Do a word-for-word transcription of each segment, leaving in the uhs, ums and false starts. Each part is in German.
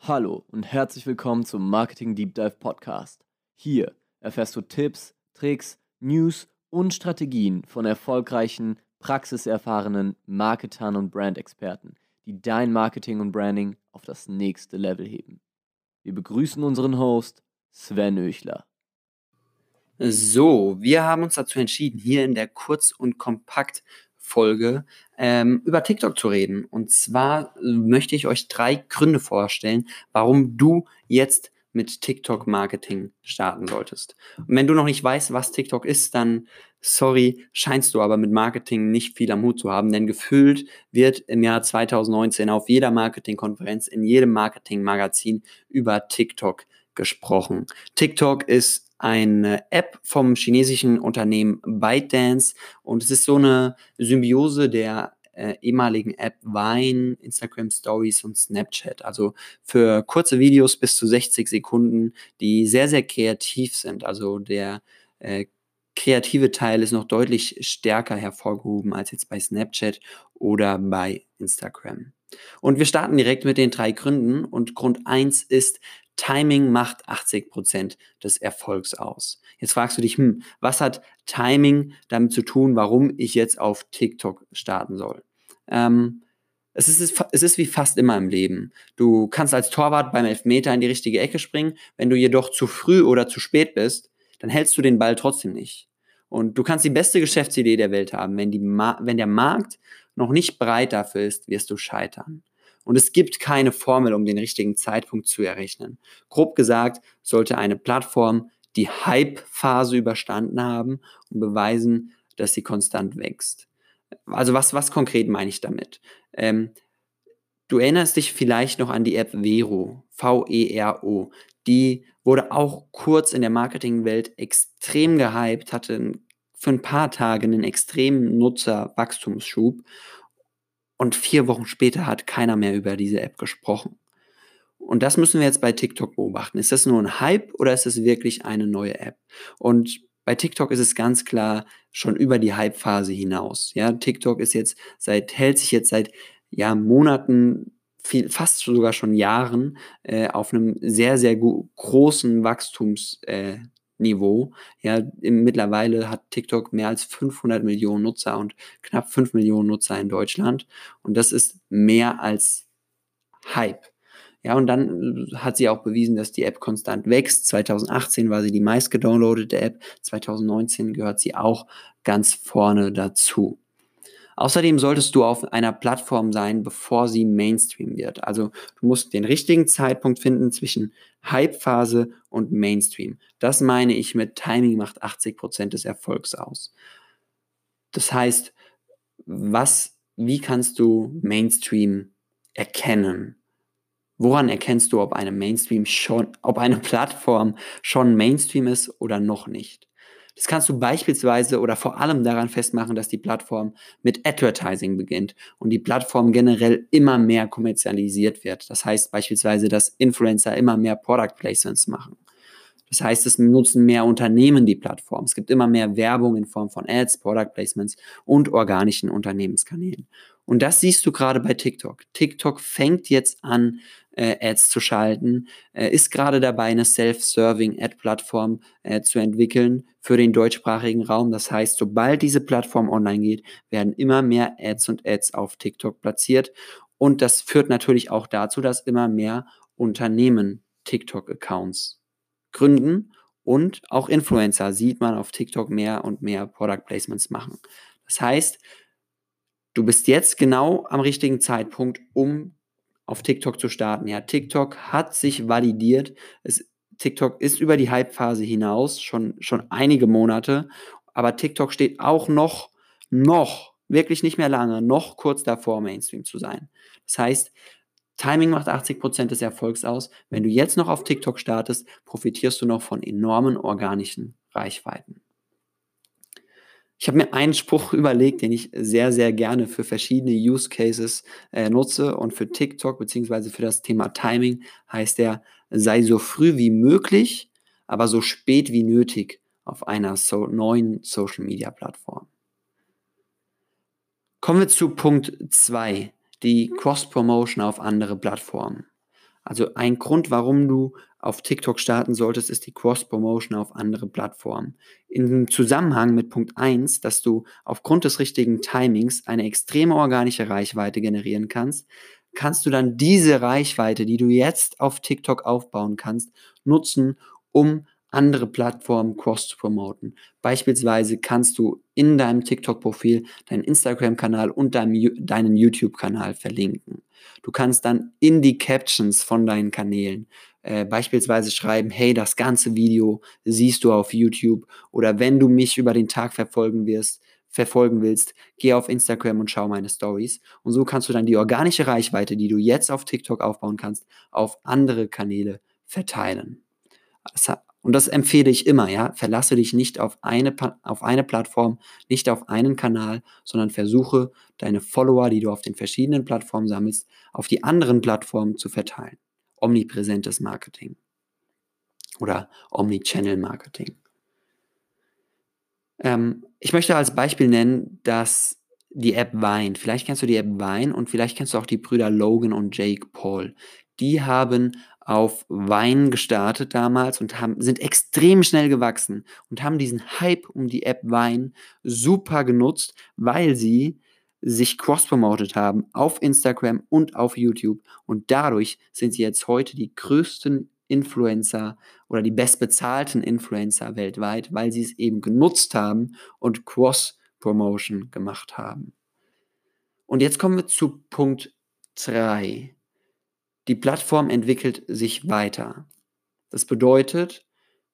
Hallo und herzlich willkommen zum Marketing Deep Dive Podcast. Hier erfährst du Tipps, Tricks, News und Strategien von erfolgreichen, praxiserfahrenen Marketern und Brandexperten, die dein Marketing und Branding auf das nächste Level heben. Wir begrüßen unseren Host Sven Oechler. So, wir haben uns dazu entschieden, hier in der Kurz- und Kompakt-Folge ähm, über TikTok zu reden. Und zwar äh, möchte ich euch drei Gründe vorstellen, warum du jetzt mit TikTok-Marketing starten solltest. Und wenn du noch nicht weißt, was TikTok ist, dann, sorry, scheinst du aber mit Marketing nicht viel am Hut zu haben, denn gefühlt wird im Jahr zweitausendneunzehn auf jeder Marketingkonferenz, in jedem Marketingmagazin über TikTok gesprochen. TikTok ist eine App vom chinesischen Unternehmen ByteDance und es ist so eine Symbiose der äh, ehemaligen App Vine, Instagram Stories und Snapchat. Also für kurze Videos bis zu sechzig Sekunden, die sehr, sehr kreativ sind. Also der äh, kreative Teil ist noch deutlich stärker hervorgehoben als jetzt bei Snapchat oder bei Instagram. Und wir starten direkt mit den drei Gründen. Und Grund eins ist, Timing macht achtzig Prozent des Erfolgs aus. Jetzt fragst du dich, hm, was hat Timing damit zu tun, warum ich jetzt auf TikTok starten soll? Ähm, es ist, es ist wie fast immer im Leben. Du kannst als Torwart beim Elfmeter in die richtige Ecke springen. Wenn du jedoch zu früh oder zu spät bist, dann hältst du den Ball trotzdem nicht. Und du kannst die beste Geschäftsidee der Welt haben. Wenn, die Ma- wenn der Markt noch nicht bereit dafür ist, wirst du scheitern. Und es gibt keine Formel, um den richtigen Zeitpunkt zu errechnen. Grob gesagt, sollte eine Plattform die Hype-Phase überstanden haben und beweisen, dass sie konstant wächst. Also was, was konkret meine ich damit? Ähm, du erinnerst dich vielleicht noch an die App Vero, V E R O. Die wurde auch kurz in der Marketingwelt extrem gehypt, hatte für ein paar Tage einen extremen Nutzerwachstumsschub und vier Wochen später hat keiner mehr über diese App gesprochen. Und das müssen wir jetzt bei TikTok beobachten. Ist das nur ein Hype oder ist es wirklich eine neue App? Und bei TikTok ist es ganz klar schon über die Hype-Phase hinaus. Ja, TikTok ist jetzt seit, hält sich jetzt seit ja, Monaten, viel, fast sogar schon Jahren äh, auf einem sehr, sehr großen Wachstumsniveau. Äh, Niveau. Ja, im, mittlerweile hat TikTok mehr als fünfhundert Millionen Nutzer und knapp fünf Millionen Nutzer in Deutschland. Und das ist mehr als Hype. Ja, und dann äh, hat sie auch bewiesen, dass die App konstant wächst. zweitausendachtzehn war sie die meistgedownloadete App. zweitausendneunzehn gehört sie auch ganz vorne dazu. Außerdem solltest du auf einer Plattform sein, bevor sie Mainstream wird. Also du musst den richtigen Zeitpunkt finden zwischen Hype-Phase und Mainstream. Das meine ich mit Timing macht achtzig Prozent des Erfolgs aus. Das heißt, was, wie kannst du Mainstream erkennen? Woran erkennst du, ob eine Mainstream schon, ob eine Plattform schon Mainstream ist oder noch nicht? Das kannst du beispielsweise oder vor allem daran festmachen, dass die Plattform mit Advertising beginnt und die Plattform generell immer mehr kommerzialisiert wird. Das heißt beispielsweise, dass Influencer immer mehr Product Placements machen. Das heißt, es nutzen mehr Unternehmen die Plattform. Es gibt immer mehr Werbung in Form von Ads, Product Placements und organischen Unternehmenskanälen. Und das siehst du gerade bei TikTok. TikTok fängt jetzt an, äh, Ads zu schalten, äh, ist gerade dabei, eine Self-Serving Ad-Plattform äh, zu entwickeln für den deutschsprachigen Raum. Das heißt, sobald diese Plattform online geht, werden immer mehr Ads und Ads auf TikTok platziert. Und das führt natürlich auch dazu, dass immer mehr Unternehmen TikTok-Accounts gründen und auch Influencer sieht man auf TikTok mehr und mehr Product Placements machen. Das heißt, du bist jetzt genau am richtigen Zeitpunkt, um auf TikTok zu starten. Ja, TikTok hat sich validiert. Es, TikTok ist über die Hype-Phase hinaus, schon, schon einige Monate. Aber TikTok steht auch noch, noch, wirklich nicht mehr lange, noch kurz davor, Mainstream zu sein. Das heißt, Timing macht achtzig Prozent des Erfolgs aus. Wenn du jetzt noch auf TikTok startest, profitierst du noch von enormen organischen Reichweiten. Ich habe mir einen Spruch überlegt, den ich sehr, sehr gerne für verschiedene Use Cases äh, nutze und für TikTok beziehungsweise für das Thema Timing heißt der, sei so früh wie möglich, aber so spät wie nötig auf einer so neuen Social Media Plattform. Kommen wir zu Punkt zwei, die Cross-Promotion auf andere Plattformen. Also ein Grund, warum du auf TikTok starten solltest, ist die Cross-Promotion auf andere Plattformen. Im Zusammenhang mit Punkt eins, dass du aufgrund des richtigen Timings eine extreme organische Reichweite generieren kannst, kannst du dann diese Reichweite, die du jetzt auf TikTok aufbauen kannst, nutzen, um andere Plattformen cross zu promoten. Beispielsweise kannst du in deinem TikTok-Profil deinen Instagram-Kanal und deinem, deinen YouTube-Kanal verlinken. Du kannst dann in die Captions von deinen Kanälen äh, beispielsweise schreiben, hey, das ganze Video siehst du auf YouTube, oder wenn du mich über den Tag verfolgen wirst, verfolgen willst, geh auf Instagram und schau meine Stories. Und so kannst du dann die organische Reichweite, die du jetzt auf TikTok aufbauen kannst, auf andere Kanäle verteilen. Und das empfehle ich immer, ja. Verlasse dich nicht auf eine, auf eine Plattform, nicht auf einen Kanal, sondern versuche, deine Follower, die du auf den verschiedenen Plattformen sammelst, auf die anderen Plattformen zu verteilen. Omnipräsentes Marketing oder Omnichannel Marketing. Ähm, ich möchte als Beispiel nennen, dass die App Vine, vielleicht kennst du die App Vine und vielleicht kennst du auch die Brüder Logan und Jake Paul. Die haben auf Vine gestartet damals und haben, sind extrem schnell gewachsen und haben diesen Hype um die App Vine super genutzt, weil sie sich cross-promoted haben auf Instagram und auf YouTube, und dadurch sind sie jetzt heute die größten Influencer oder die bestbezahlten Influencer weltweit, weil sie es eben genutzt haben und Cross-Promotion gemacht haben. Und jetzt kommen wir zu Punkt drei. Die Plattform entwickelt sich weiter. Das bedeutet,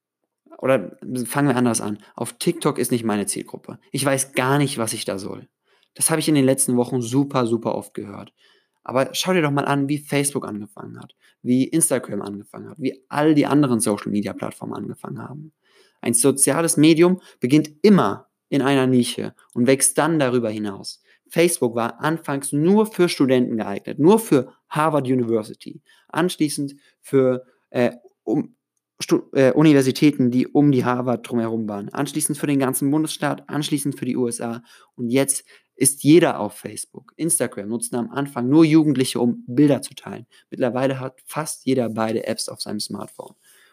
oder fangen wir anders an. Auf TikTok ist nicht meine Zielgruppe. Ich weiß gar nicht, was ich da soll. Das habe ich in den letzten Wochen super, super oft gehört. Aber schau dir doch mal an, wie Facebook angefangen hat, wie Instagram angefangen hat, wie all die anderen Social-Media-Plattformen angefangen haben. Ein soziales Medium beginnt immer in einer Nische und wächst dann darüber hinaus. Facebook war anfangs nur für Studenten geeignet, nur für Harvard University, anschließend für äh, um, Stu- äh, Universitäten, die um die Harvard drumherum waren, anschließend für den ganzen Bundesstaat, anschließend für die U S A, und jetzt ist jeder auf Facebook. Instagram nutzten am Anfang nur Jugendliche, um Bilder zu teilen. Mittlerweile hat fast jeder beide Apps auf seinem Smartphone.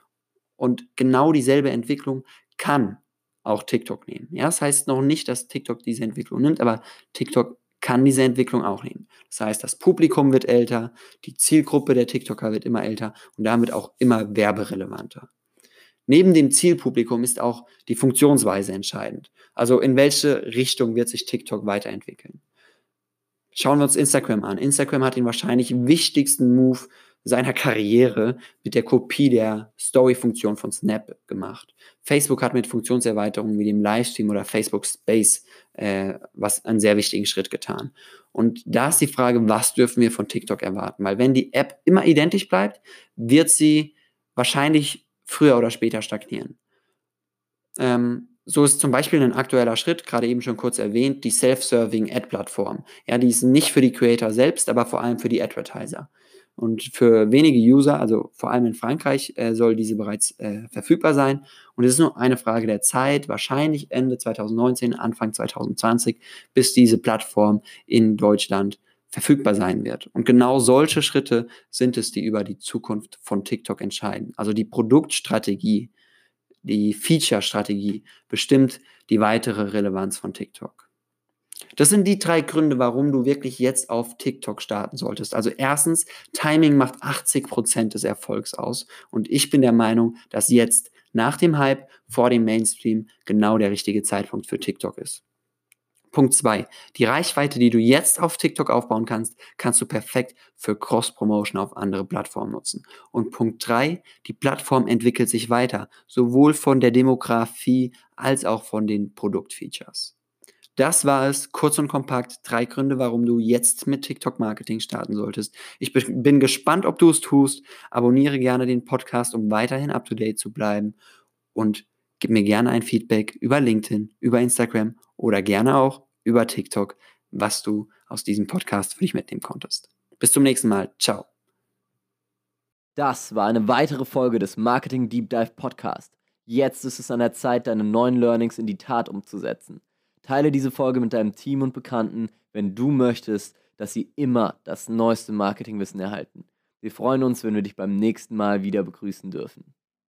Und genau dieselbe Entwicklung kann auch TikTok nehmen. Ja, das heißt noch nicht, dass TikTok diese Entwicklung nimmt, aber TikTok kann diese Entwicklung auch nehmen. Das heißt, das Publikum wird älter, die Zielgruppe der TikToker wird immer älter und damit auch immer werberelevanter. Neben dem Zielpublikum ist auch die Funktionsweise entscheidend. Also in welche Richtung wird sich TikTok weiterentwickeln? Schauen wir uns Instagram an. Instagram hat den wahrscheinlich wichtigsten Move seiner Karriere mit der Kopie der Story-Funktion von Snap gemacht. Facebook hat mit Funktionserweiterungen wie dem Livestream oder Facebook Space äh, was einen sehr wichtigen Schritt getan. Und da ist die Frage, was dürfen wir von TikTok erwarten? Weil wenn die App immer identisch bleibt, wird sie wahrscheinlich früher oder später stagnieren. Ähm, so ist zum Beispiel ein aktueller Schritt, gerade eben schon kurz erwähnt, die Self-Serving Ad-Plattform. Ja, die ist nicht für die Creator selbst, aber vor allem für die Advertiser. Und für wenige User, also vor allem in Frankreich, äh, soll diese bereits äh, verfügbar sein. Und es ist nur eine Frage der Zeit, wahrscheinlich Ende zwanzig neunzehn, Anfang zwanzig zwanzig, bis diese Plattform in Deutschland verfügbar sein wird. Und genau solche Schritte sind es, die über die Zukunft von TikTok entscheiden. Also die Produktstrategie, die Feature-Strategie bestimmt die weitere Relevanz von TikTok. Das sind die drei Gründe, warum du wirklich jetzt auf TikTok starten solltest. Also erstens, Timing macht achtzig Prozent des Erfolgs aus. Und ich bin der Meinung, dass jetzt nach dem Hype vor dem Mainstream genau der richtige Zeitpunkt für TikTok ist. Punkt zwei. Die Reichweite, die du jetzt auf TikTok aufbauen kannst, kannst du perfekt für Cross-Promotion auf andere Plattformen nutzen. Und Punkt drei. Die Plattform entwickelt sich weiter, sowohl von der Demografie als auch von den Produktfeatures. Das war es, kurz und kompakt, drei Gründe, warum du jetzt mit TikTok-Marketing starten solltest. Ich bin gespannt, ob du es tust. Abonniere gerne den Podcast, um weiterhin up-to-date zu bleiben, und gib mir gerne ein Feedback über LinkedIn, über Instagram oder gerne auch über TikTok, was du aus diesem Podcast für dich mitnehmen konntest. Bis zum nächsten Mal. Ciao. Das war eine weitere Folge des Marketing Deep Dive Podcast. Jetzt ist es an der Zeit, deine neuen Learnings in die Tat umzusetzen. Teile diese Folge mit deinem Team und Bekannten, wenn du möchtest, dass sie immer das neueste Marketingwissen erhalten. Wir freuen uns, wenn wir dich beim nächsten Mal wieder begrüßen dürfen.